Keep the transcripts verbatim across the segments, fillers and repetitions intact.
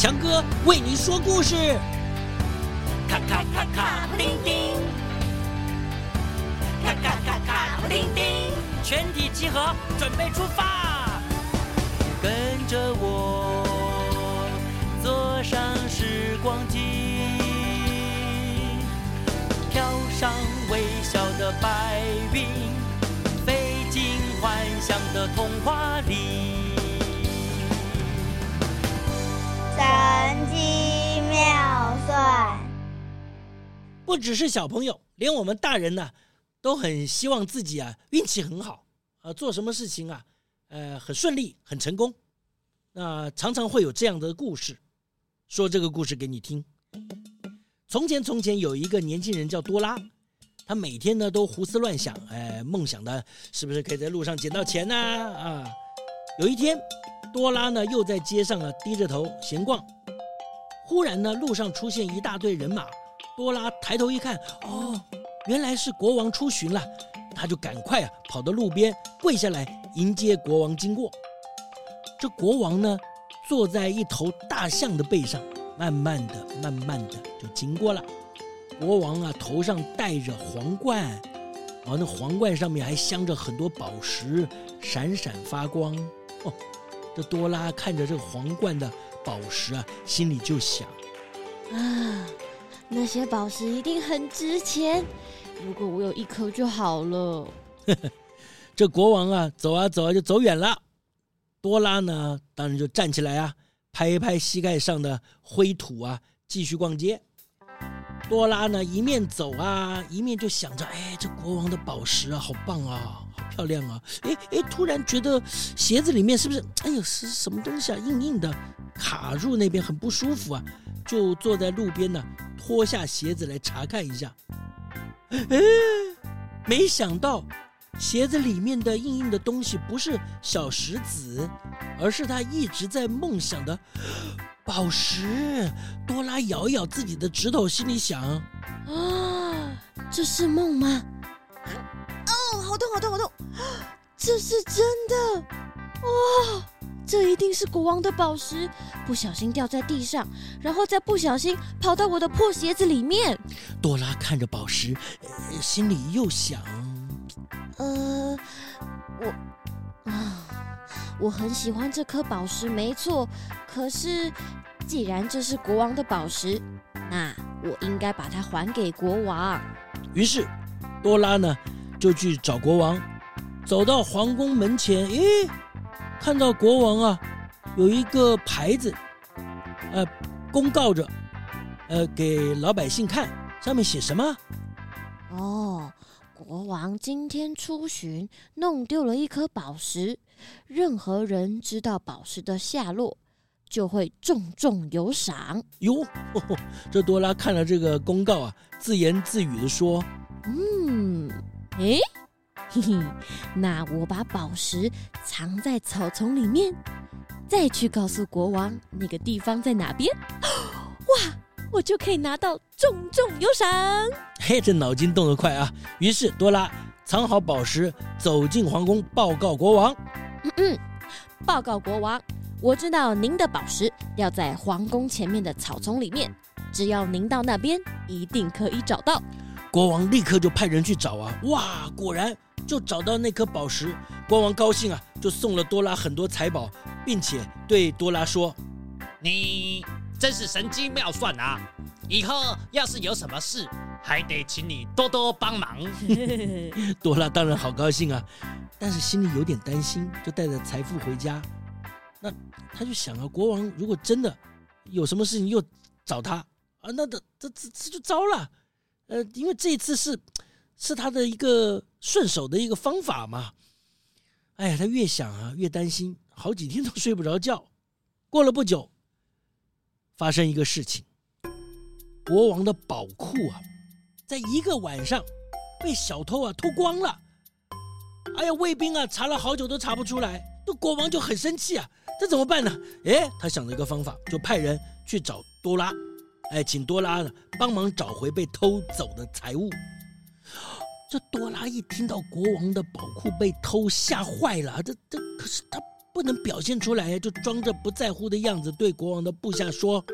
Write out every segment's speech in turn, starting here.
强哥为你说故事。 咔咔咔咔布丁丁，咔咔咔咔布丁丁， 全体集合，准备出发。跟着我，坐上时光机，飘上微笑的白云，飞进幻想的童话里。 神机妙算， 不只是小朋友，连我们大人呢、啊，都很希望自己啊运气很好，呃，做什么事情啊，呃，很顺利，很成功。那常常会有这样的故事，说这个故事给你听。从前从前有一个年轻人叫多拉，他每天呢都胡思乱想，哎，梦想的是不是可以在路上捡到钱呢？啊，有一天，多拉呢又在街上啊低着头闲逛，忽然呢路上出现一大队人马，多拉抬头一看，哦，原来是国王出巡了，他就赶快啊跑到路边跪下来迎接国王经过。这国王呢坐在一头大象的背上，慢慢的慢慢的就经过了。国王啊头上戴着皇冠，然后那皇冠上面还镶着很多宝石，闪闪发光。哦，这多拉看着这个皇冠的宝石啊，心里就想啊，那些宝石一定很值钱，如果我有一颗就好了。 这国王啊走啊走啊就走远了，多拉呢当然就站起来啊，拍一拍膝盖上的灰土啊，继续逛街。多拉呢一面走啊一面就想着，哎，这国王的宝石啊好棒啊，好漂亮啊。哎哎，突然觉得鞋子里面是不是哎呦是什么东西啊，硬硬的卡住那边很不舒服啊，就坐在路边呢脱下鞋子来查看一下。哎，没想到鞋子里面的硬硬的东西不是小石子，而是他一直在梦想的宝石。多拉咬一咬自己的指头，心里想啊，这是梦吗？哦，好痛好痛好痛！这是真的哇、哦！这一定是国王的宝石，不小心掉在地上，然后再不小心跑到我的破鞋子里面。 多拉看着宝石，呃、心里又想， 呃，我啊，我很喜欢这颗宝石，没错。可是，既然这是国王的宝石，那我应该把它还给国王。 于是，多拉呢就去找国王，走到皇宫门前，诶，看到国王啊有一个牌子，呃，公告着，呃，给老百姓看，上面写什么？ 哦。国王今天出巡，弄丢了一颗宝石。任何人知道宝石的下落，就会重重有赏。 哟，呵呵，这多拉看了这个公告啊，自言自语地说：“ 嗯，诶，嘿嘿，那我把宝石藏在草丛里面，再去告诉国王那个地方在哪边。哇！”我就可以拿到重重有赏。 嘿，这脑筋动得快啊！于是多拉藏好宝石，走进皇宫，报告国王。 嗯嗯，报告国王，我知道您的宝石掉在皇宫前面的草丛里面，只要您到那边，一定可以找到。 国王立刻就派人去找啊！哇，果然就找到那颗宝石。国王高兴啊，就送了多拉很多财宝，并且对多拉说：“ 你真是神机妙算啊！以后要是有什么事，还得请你多多帮忙。” 多拉当然好高兴啊，但是心里有点担心，就带着财富回家。那他就想啊，国王如果真的有什么事情又找他啊，那这这这这就糟了。呃，因为这一次是是他的一个顺手的一个方法嘛。哎呀，他越想啊越担心，好几天都睡不着觉。过了不久，发生一个事情，国王的宝库啊，在一个晚上被小偷啊偷光了。哎呀，卫兵啊查了好久都查不出来，这国王就很生气啊，这怎么办呢？哎，他想了一个方法，就派人去找多拉，哎，请多拉呢帮忙找回被偷走的财物。这多拉一听到国王的宝库被偷，吓坏了。这这可是他不能表现出来，就装着不在乎的样子对国王的部下说：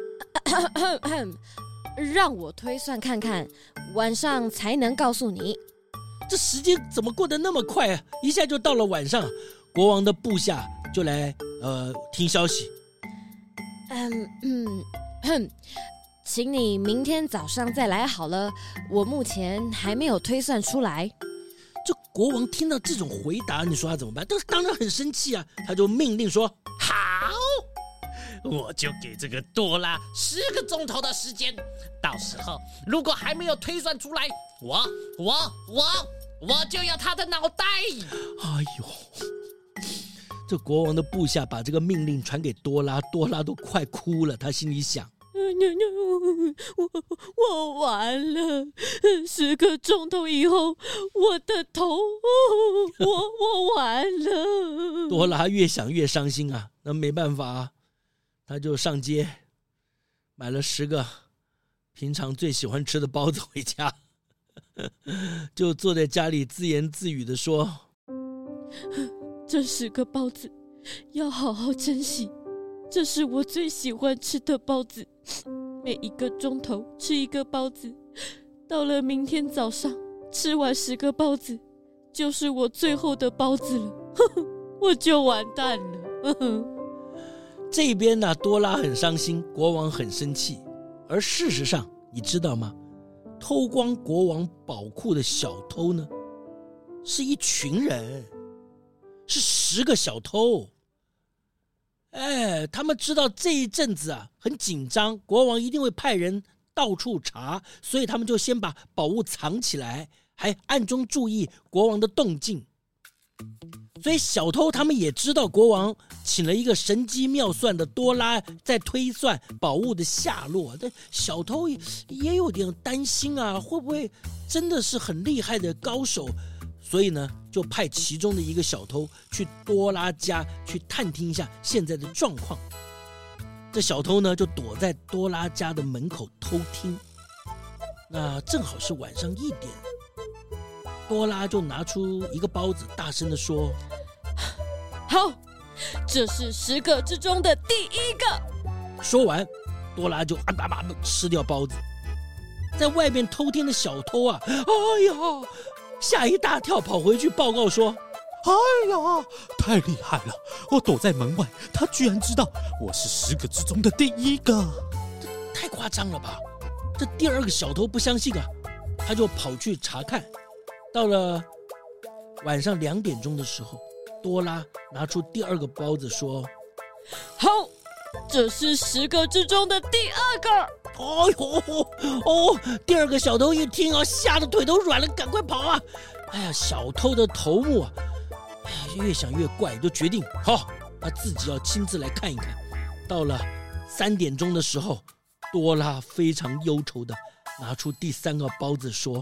让我推算看看，晚上才能告诉你。 这时间怎么过得那么快啊？一下就到了晚上，国王的部下就来呃听消息。 嗯嗯哼，请你明天早上再来好了，我目前还没有推算出来。 这国王听到这种回答，你说他怎么办？但是当然很生气啊，他就命令说： 好，我就给这个多拉十个钟头的时间，到时候如果还没有推算出来，我我我我就要他的脑袋。 哎呦，这国王的部下把这个命令传给多拉，多拉都快哭了。他心里想： 我我完了，十个钟头以后，我的头，我我完了。 多拉越想越伤心啊，那没办法啊，他就上街买了十个平常最喜欢吃的包子回家，就坐在家里自言自语的说： 这十个包子要好好珍惜，这是我最喜欢吃的包子，每一个钟头吃一个包子，到了明天早上吃完十个包子，就是我最后的包子了，我就完蛋了。 这边呢，多拉很伤心，国王很生气，而事实上你知道吗？偷光国王宝库的小偷呢，是一群人，是十个小偷。哎，他们知道这一阵子啊很紧张，国王一定会派人到处查，所以他们就先把宝物藏起来，还暗中注意国王的动静。所以小偷他们也知道国王请了一个神机妙算的多拉在推算宝物的下落，但小偷也有点担心啊，会不会真的是很厉害的高手？所以呢，就派其中的一个小偷去多拉家去探听一下现在的状况。这小偷呢，就躲在多拉家的门口偷听。那正好是晚上一点，多拉就拿出一个包子，大声地说： 好，这是十个之中的第一个。 说完，多拉就啊吧吧吃掉包子。在外面偷听的小偷啊，哎呀，吓一大跳，跑回去报告说： 哎呀，太厉害了！我躲在门外，他居然知道我是十个之中的第一个。 这太夸张了吧？这第二个小偷不相信啊，他就跑去查看。到了晚上两点钟的时候，多拉拿出第二个包子说： 好，这是十个之中的第二个。 哎呦哦！第二个小偷一听啊，吓得腿都软了，赶快跑啊！哎呀，小偷的头目啊，哎，越想越怪，就决定好，他自己要亲自来看一看。到了三点钟的时候，多拉非常忧愁的拿出第三个包子说：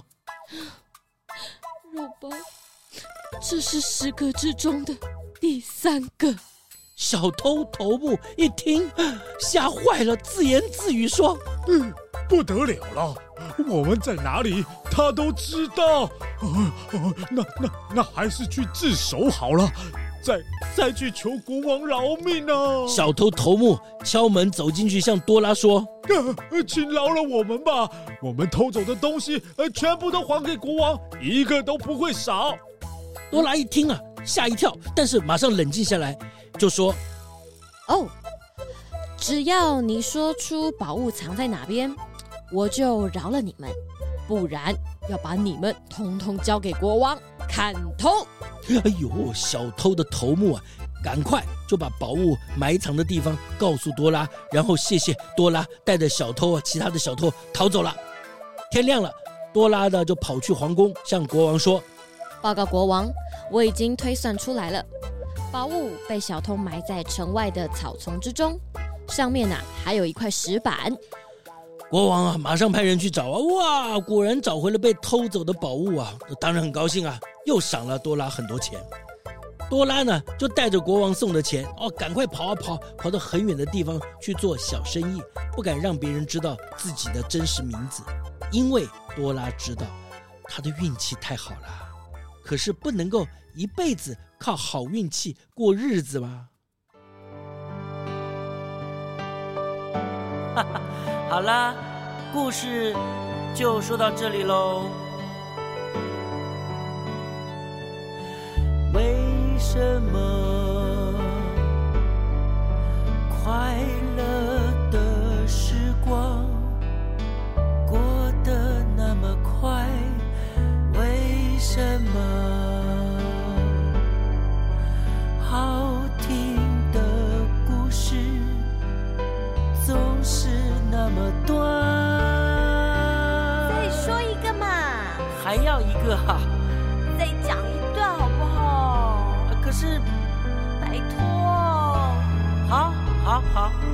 肉包，这是十个之中的第三个。 小偷头目一听，吓坏了，自言自语说： 嗯，不得了了，我们在哪里他都知道。哦哦，那那那还是去自首好了，再再去求国王饶命啊！ 小偷头目敲门走进去，向多拉说： 呃、请饶了我们吧，我们偷走的东西、呃、全部都还给国王，一个都不会少。 多拉一听啊，吓一跳，但是马上冷静下来，就说： 哦，只要你说出宝物藏在哪边，我就饶了你们，不然要把你们统统交给国王砍头。 哎呦，小偷的头目啊，赶快就把宝物埋藏的地方告诉多拉，然后谢谢多拉带着小偷啊，其他的小偷逃走了。天亮了，多拉呢就跑去皇宫，向国王说： 报告国王，我已经推算出来了，宝物被小偷埋在城外的草丛之中，上面啊还有一块石板。 国王啊，马上派人去找啊，哇，果然找回了被偷走的宝物啊，当然很高兴啊，又赏了多拉很多钱。多拉呢，就带着国王送的钱，哦，赶快跑啊跑，跑到很远的地方去做小生意，不敢让别人知道自己的真实名字，因为多拉知道他的运气太好了，可是不能够一辈子靠好运气过日子嘛。 好啦，故事就说到这里喽。为什么快乐的时光过得那么快？为什么好听的故事总是那么短？ 再说一个嘛， 还要一个哈、啊？ 再讲一段好不好？ 可是， 拜托。 好，好，好。